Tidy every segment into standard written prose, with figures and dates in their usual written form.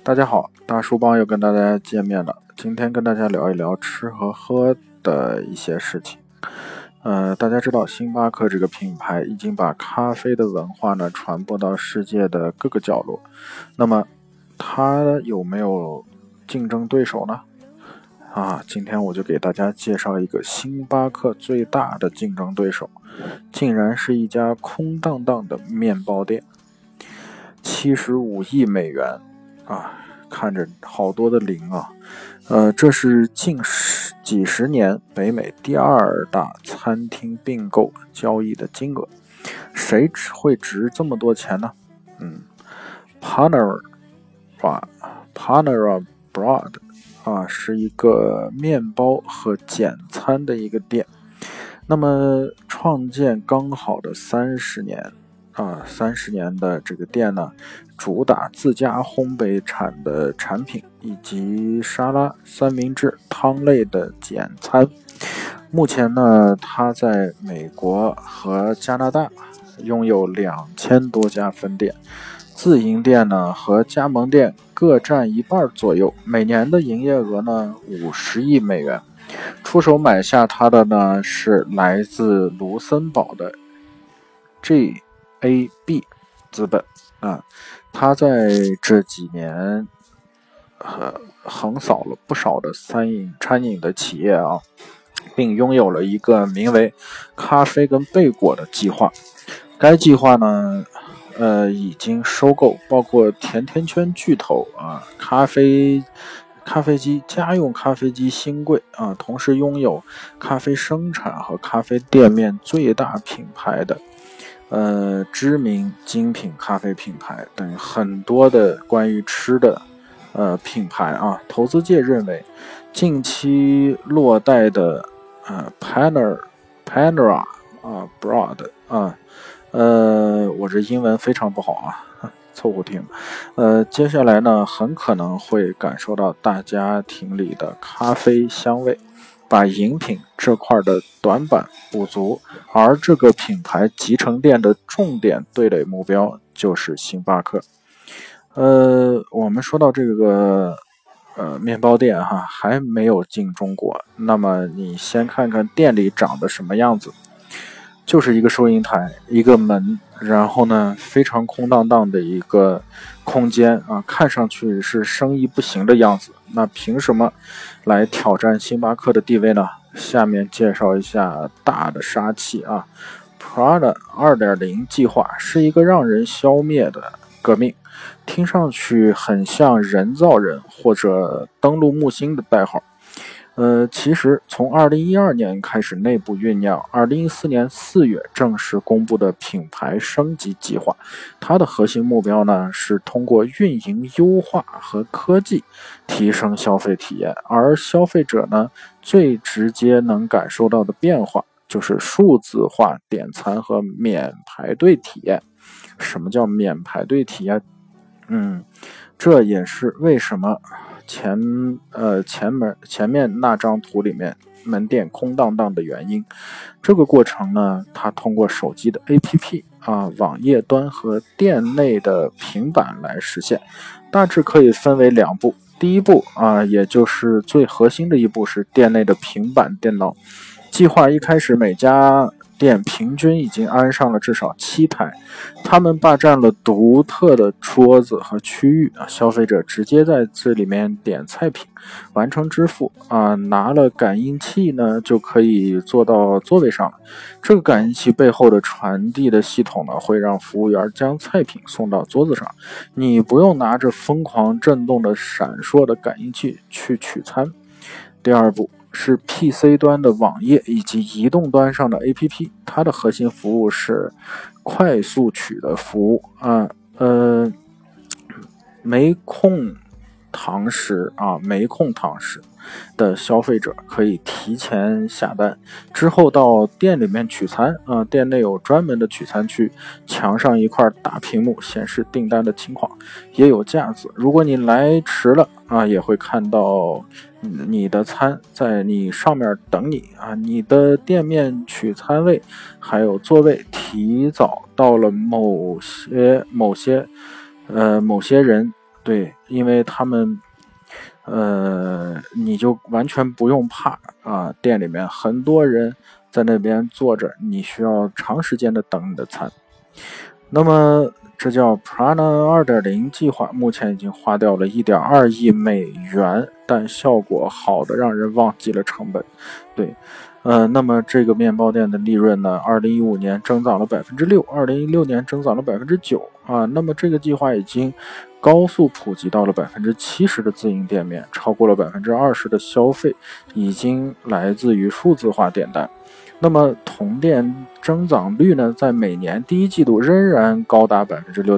大家好，大叔帮又跟大家见面了。今天跟大家聊一聊吃和喝的一些事情。大家知道星巴克这个品牌已经把咖啡的文化呢传播到世界的各个角落。那么它有没有竞争对手呢？今天我就给大家介绍一个星巴克最大的竞争对手，竟然是一家空荡荡的面包店。75亿美元看着好多的零啊。这是近几十年北美第二大餐厅并购交易的金额。谁会值这么多钱呢？Panera Bread是一个面包和简餐的一个店。那么创建刚好的30年的这个店呢，主打自家烘焙的产品以及沙拉、三明治、汤类的简餐。目前呢，它在美国和加拿大拥有2000多家分店，自营店呢和加盟店各占一半左右，每年的营业额呢50亿美元。出手买下它的呢是来自卢森堡的 GAB 资本他在这几年横扫了不少的餐饮的企业并拥有了一个名为咖啡跟贝果的计划。该计划呢已经收购包括甜甜圈巨头咖啡机、家用咖啡机新贵同时拥有咖啡生产和咖啡店面最大品牌的知名精品咖啡品牌等很多的关于吃的品牌投资界认为近期落袋的Panera Bread我这英文非常不好凑合听。接下来呢很可能会感受到大家庭里的咖啡香味，把饮品这块的短板补足，而这个品牌集成店的重点对垒目标就是星巴克。我们说到这个面包店还没有进中国，那么你先看看店里长得什么样子，就是一个收银台，一个门，然后呢非常空荡荡的一个空间看上去是生意不行的样子。那凭什么来挑战星巴克的地位呢？下面介绍一下大的杀器Prada 2.0 计划是一个让人消灭的革命，听上去很像人造人或者登陆木星的代号。其实从2012年开始内部酝酿，2014年4月正式公布的品牌升级计划，它的核心目标呢是通过运营优化和科技提升消费体验，而消费者呢最直接能感受到的变化就是数字化点餐和免排队体验。什么叫免排队体验？这也是为什么前面那张图里面门店空荡荡的原因。这个过程呢，它通过手机的 APP 网页端和店内的平板来实现，大致可以分为2步。第一步也就是最核心的一步是店内的平板电脑。计划一开始每家店平均已经安上了至少7台，他们霸占了独特的桌子和区域消费者直接在这里面点菜品，完成支付拿了感应器呢就可以坐到座位上了。这个感应器背后的传递的系统呢，会让服务员将菜品送到桌子上，你不用拿着疯狂震动的闪烁的感应器去取餐。第二步是 PC 端的网页以及移动端上的 APP， 它的核心服务是快速取的服务没空堂食的消费者可以提前下单，之后到店里面取餐店内有专门的取餐区，墙上一块大屏幕显示订单的情况，也有架子，如果你来迟了也会看到你的餐在你上面等你你的店面取餐位还有座位提早到了某些人对，因为他们你就完全不用怕啊，店里面很多人在那边坐着，你需要长时间的等你的餐。那么这叫 Prana 2.0 计划，目前已经花掉了1.2亿美元，但效果好的让人忘记了成本。对，那么这个面包店的利润呢，2015年增长了6%，2016年增长了9%啊。那么这个计划已经高速普及到了70%的自营店面，超过了20%的消费已经来自于数字化点单。那么同店增长率呢，在每年第一季度仍然高达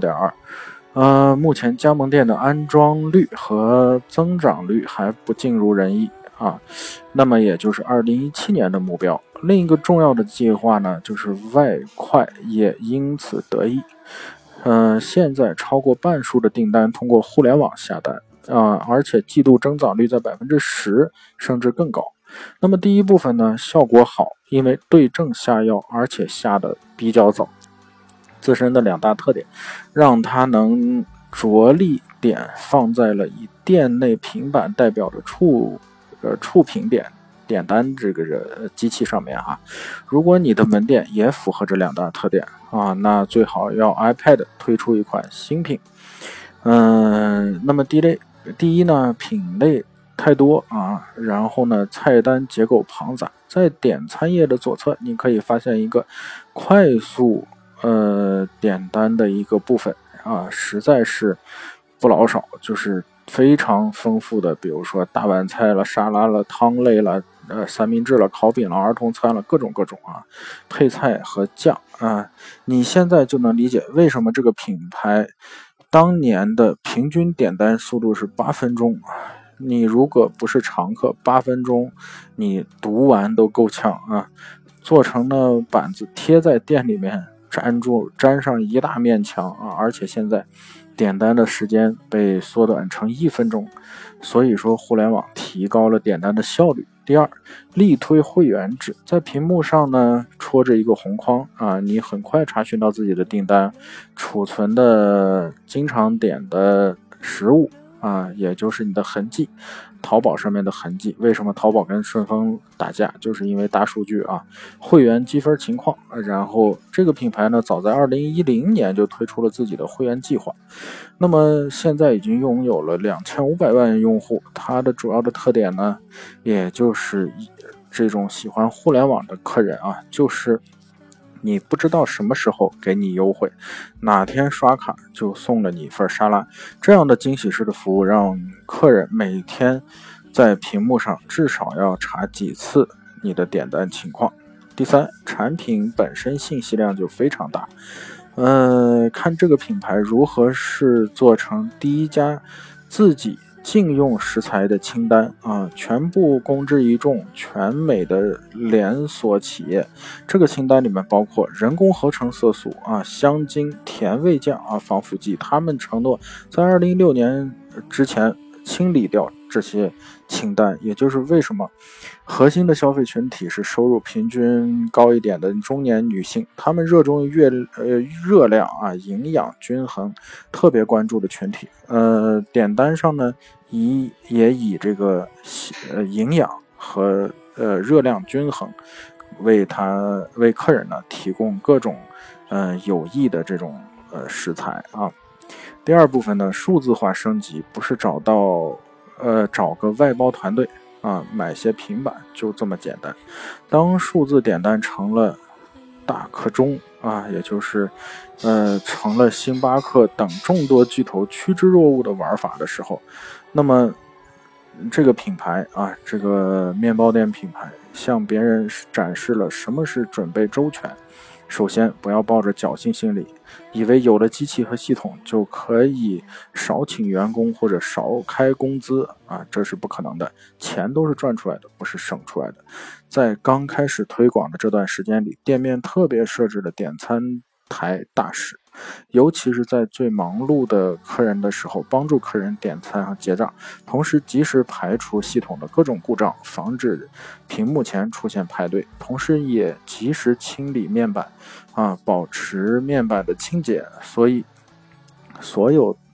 6.2%。目前加盟店的安装率和增长率还不尽如人意啊。那么也就是2017年的目标。另一个重要的计划呢，就是外快也因此得益。现在超过半数的订单通过互联网下单而且季度增长率在10%甚至更高。那么第一部分呢，效果好，因为对症下药，而且下的比较早。自身的2大特点，让它能着力点放在了以店内平板代表的触屏点单这个机器上面哈。如果你的门店也符合这2大特点啊，那最好要 iPad 推出一款新品。那么第一呢，品类太多啊，然后呢，菜单结构庞杂。在点餐页的左侧，你可以发现一个快速点单的一个部分啊，实在是不老少，就是非常丰富的，比如说大碗菜了、沙拉了、汤类了、三明治了、烤饼了、儿童餐了，各种啊，配菜和酱啊，你现在就能理解为什么这个品牌当年的平均点单速度是8分钟。你如果不是常客，8分钟你读完都够呛啊！做成的板子贴在店里面，粘上一大面墙啊！而且现在点单的时间被缩短成1分钟，所以说互联网提高了点单的效率。第二，力推会员制，在屏幕上呢戳着一个红框啊，你很快查询到自己的订单，储存的经常点的食物啊，也就是你的痕迹，淘宝上面的痕迹。为什么淘宝跟顺丰打架？就是因为大数据啊，会员积分情况。然后这个品牌呢，早在2010年就推出了自己的会员计划，那么现在已经拥有了2500万用户。它的主要的特点呢，也就是这种喜欢互联网的客人啊，就是你不知道什么时候给你优惠，哪天刷卡就送了你一份沙拉，这样的惊喜式的服务让客人每天在屏幕上至少要查几次你的点单情况。第三，产品本身信息量就非常大。看这个品牌如何是做成第一家自己禁用食材的清单啊，全部公之于众，全美的连锁企业。这个清单里面包括人工合成色素啊、香精、甜味酱啊、防腐剂。他们承诺在2016年之前清理掉这些清单，也就是为什么核心的消费群体是收入平均高一点的中年女性，她们热衷于热量啊、营养均衡，特别关注的群体。点单上呢，也以这个营养和热量均衡为客人呢提供各种有益的这种食材啊。第二部分呢，数字化升级，不是找个外包团队啊，买些平板就这么简单。当数字点单成了大可中啊，也就是成了星巴克等众多巨头趋之若鹜的玩法的时候，那么这个品牌啊，这个面包店品牌向别人展示了什么是准备周全。首先，不要抱着侥幸心理，以为有了机器和系统就可以少请员工或者少开工资啊，这是不可能的。钱都是赚出来的，不是省出来的。在刚开始推广的这段时间里，店面特别设置了点餐台大使，尤其是在最忙碌的客人的时候，帮助客人点餐和结账，同时及时排除系统的各种故障，防止屏幕前出现排队，同时也及时清理面板啊，保持面板的清洁。所以所有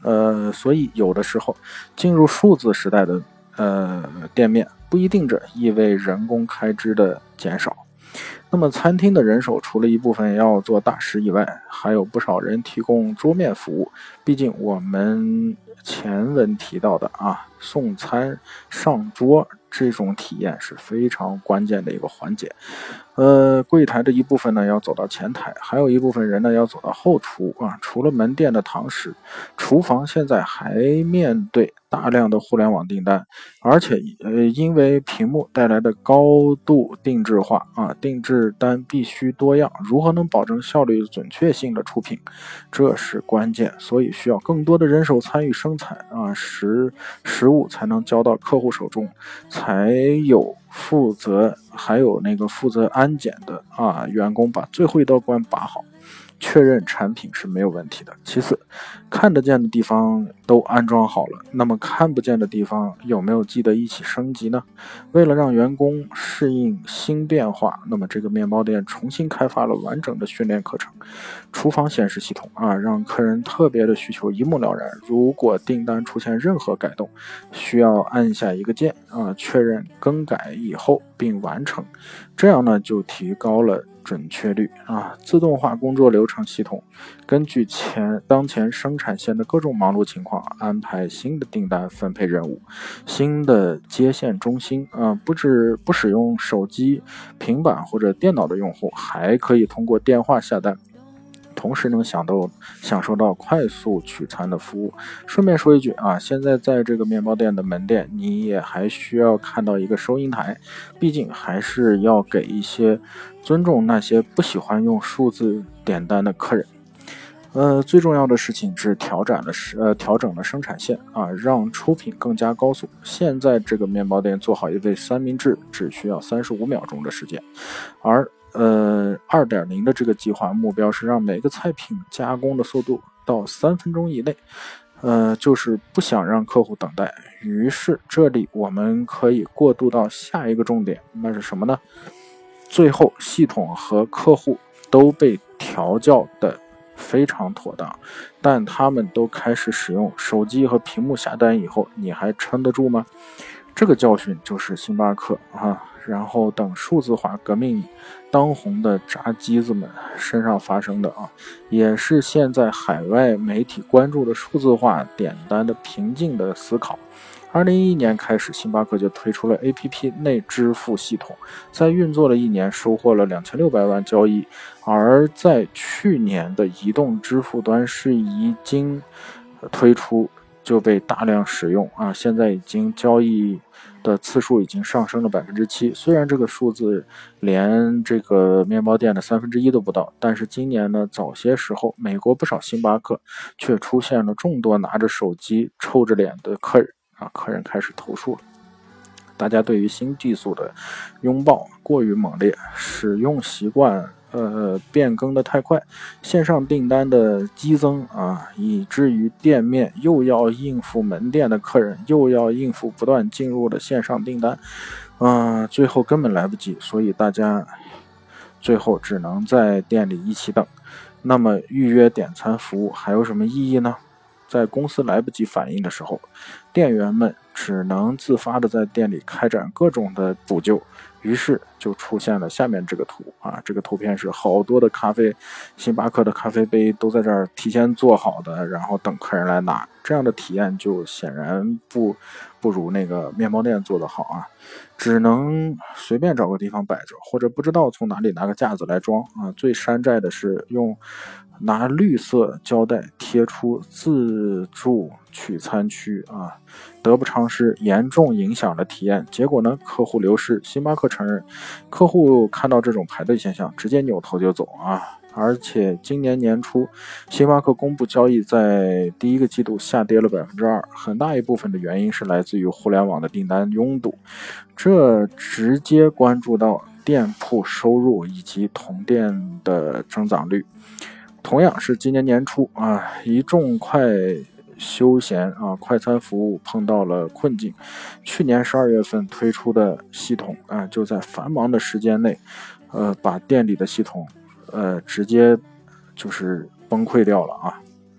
所以有的时候进入数字时代的店面不一定意味人工开支的减少。那么餐厅的人手除了一部分要做大食以外，还有不少人提供桌面服务。毕竟我们前文提到的送餐上桌这种体验是非常关键的一个环节。柜台的一部分呢要走到前台，还有一部分人呢要走到后厨除了门店的堂食，厨房现在还面对大量的互联网订单，而且因为屏幕带来的高度定制化定制单必须多样，如何能保证效率准确性的出品，这是关键。所以需要更多的人手参与生产食物才能交到客户手中，还有负责安检的员工把最后一道关把好，确认产品是没有问题的。其次，看得见的地方都安装好了，那么看不见的地方有没有记得一起升级呢？为了让员工适应新变化，那么这个面包店重新开发了完整的训练课程。厨房显示系统让客人特别的需求一目了然。如果订单出现任何改动，需要按下一个键确认更改以后并完成，这样呢就提高了准确率自动化工作流程系统根据当前生产线的各种忙碌情况安排新的订单分配任务。新的接线中心不使用手机、平板或者电脑的用户还可以通过电话下单，同时能享受到快速取餐的服务。顺便说一句现在在这个面包店的门店，你也还需要看到一个收银台，毕竟还是要给一些尊重那些不喜欢用数字点单的客人。最重要的事情是调整了生产线让出品更加高速。现在这个面包店做好一份三明治只需要35秒钟的时间，而2.0 的这个计划目标是让每个菜品加工的速度到3分钟以内，就是不想让客户等待。于是这里我们可以过渡到下一个重点，那是什么呢？最后系统和客户都被调教的非常妥当，但他们都开始使用手机和屏幕下单以后，你还撑得住吗？这个教训就是星巴克然后等数字化革命当红的炸机子们身上发生的也是现在海外媒体关注的数字化点单的瓶颈的思考。2011年开始，星巴克就推出了 APP 内支付系统，在运作了1年，收获了2600万交易。而在去年的移动支付端是已经推出就被大量使用现在已经交易的次数已经上升了7%。虽然这个数字连这个面包店的1/3都不到，但是今年呢，早些时候美国不少星巴克却出现了众多拿着手机臭着脸的客人客人开始投诉了。大家对于新技术的拥抱过于猛烈，使用习惯变更的太快，线上订单的激增以至于店面又要应付门店的客人，又要应付不断进入的线上订单最后根本来不及，所以大家最后只能在店里一起等。那么预约点餐服务还有什么意义呢？在公司来不及反应的时候，店员们只能自发的在店里开展各种的补救，于是就出现了下面这个图这个图片是好多的星巴克的咖啡杯都在这儿提前做好的，然后等客人来拿，这样的体验就显然不如那个面包店做得好只能随便找个地方摆着，或者不知道从哪里拿个架子来装最山寨的是拿绿色胶带贴出自助取餐区得不偿失，严重影响了体验。结果呢，客户流失。星巴克承认，客户看到这种排队现象，直接扭头就走而且今年年初，星巴克公布交易在第一个季度下跌了2%，很大一部分的原因是来自于互联网的订单拥堵，这直接关注到店铺收入以及同店的增长率。同样是今年年初一众休闲快餐服务碰到了困境。去年12月份推出的系统就在繁忙的时间内把店里的系统直接就是崩溃掉了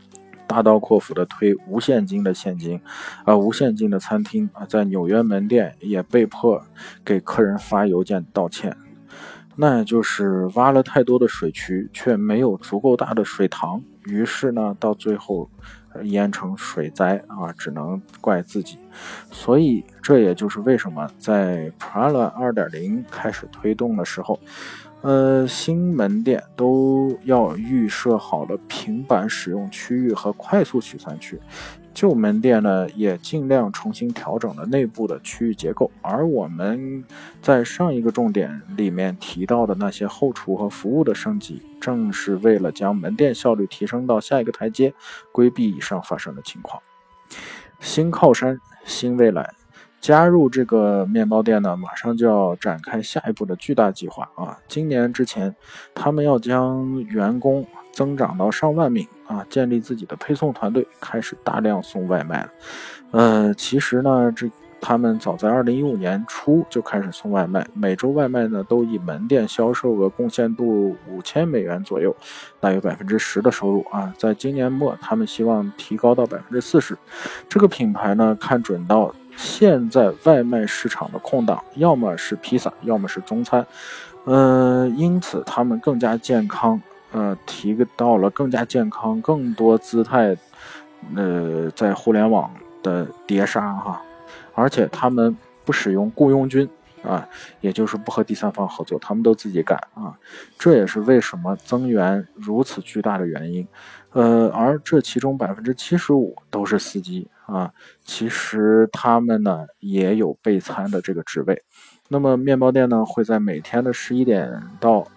大刀阔斧的推无现金的现金，无现金的餐厅在纽约门店也被迫给客人发邮件道歉。那就是挖了太多的水渠，却没有足够大的水塘，于是呢，到最后淹成水灾只能怪自己。所以这也就是为什么在 Prada 2.0 开始推动的时候，新门店都要预设好了平板使用区域和快速取餐区。旧门店呢，也尽量重新调整了内部的区域结构，而我们在上一个重点里面提到的那些后厨和服务的升级，正是为了将门店效率提升到下一个台阶，规避以上发生的情况。新靠山，新未来。加入这个面包店呢，马上就要展开下一步的巨大计划今年之前，他们要将员工增长到上万名建立自己的配送团队，开始大量送外卖了。其实呢，他们早在2015年初就开始送外卖，每周外卖呢都以门店销售额贡献度$5000左右，大约10%的收入在今年末，他们希望提高到40%。这个品牌呢，看准到现在外卖市场的空档，要么是披萨，要么是中餐，因此他们更加健康，提到了更加健康、更多姿态，在互联网的碟刹而且他们不使用雇佣军也就是不和第三方合作，他们都自己干这也是为什么增员如此巨大的原因。而这其中75%都是司机其实他们呢也有备餐的这个职位。那么面包店呢会在每天的11点到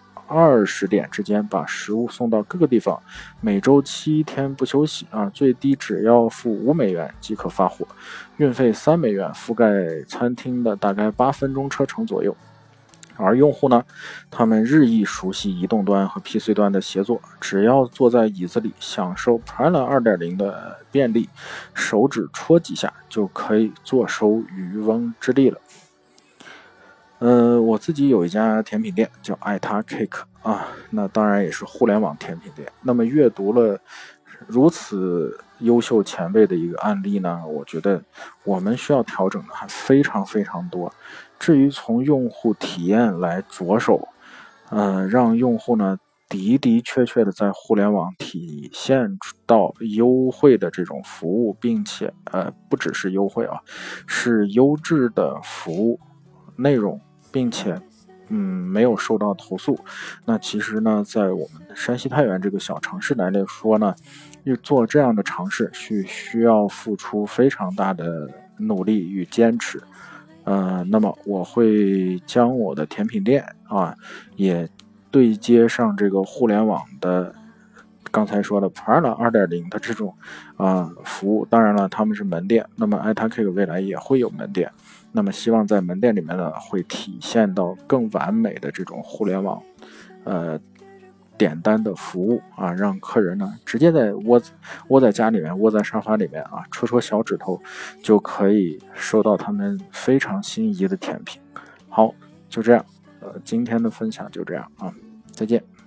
20点之间把食物送到各个地方，每周7天不休息最低只要付$5即可发货，运费$3，覆盖餐厅的大概8分钟车程左右。而用户呢，他们日益熟悉移动端和 PC 端的协作，只要坐在椅子里享受 Prada 2.0 的便利，手指戳几下就可以坐收渔翁之利了。我自己有一家甜品店叫爱他 Cake 那当然也是互联网甜品店。那么阅读了如此优秀前辈的一个案例呢，我觉得我们需要调整的还非常非常多。至于从用户体验来着手，让用户呢的确的在互联网体现到优惠的这种服务，并且不只是优惠是优质的服务内容，并且没有受到投诉。那其实呢，在我们山西太原这个小城市来说呢，做这样的尝试需要付出非常大的努力与坚持。那么我会将我的甜品店也对接上这个互联网的刚才说的 Prada 2.0 的这种服务。当然了，他们是门店，那么爱他 Cake 未来也会有门店，那么希望在门店里面呢会体现到更完美的这种互联网点单的服务让客人呢直接窝在家里面，窝在沙发里面戳小指头就可以收到他们非常心仪的甜品。好，就这样，今天的分享就这样再见。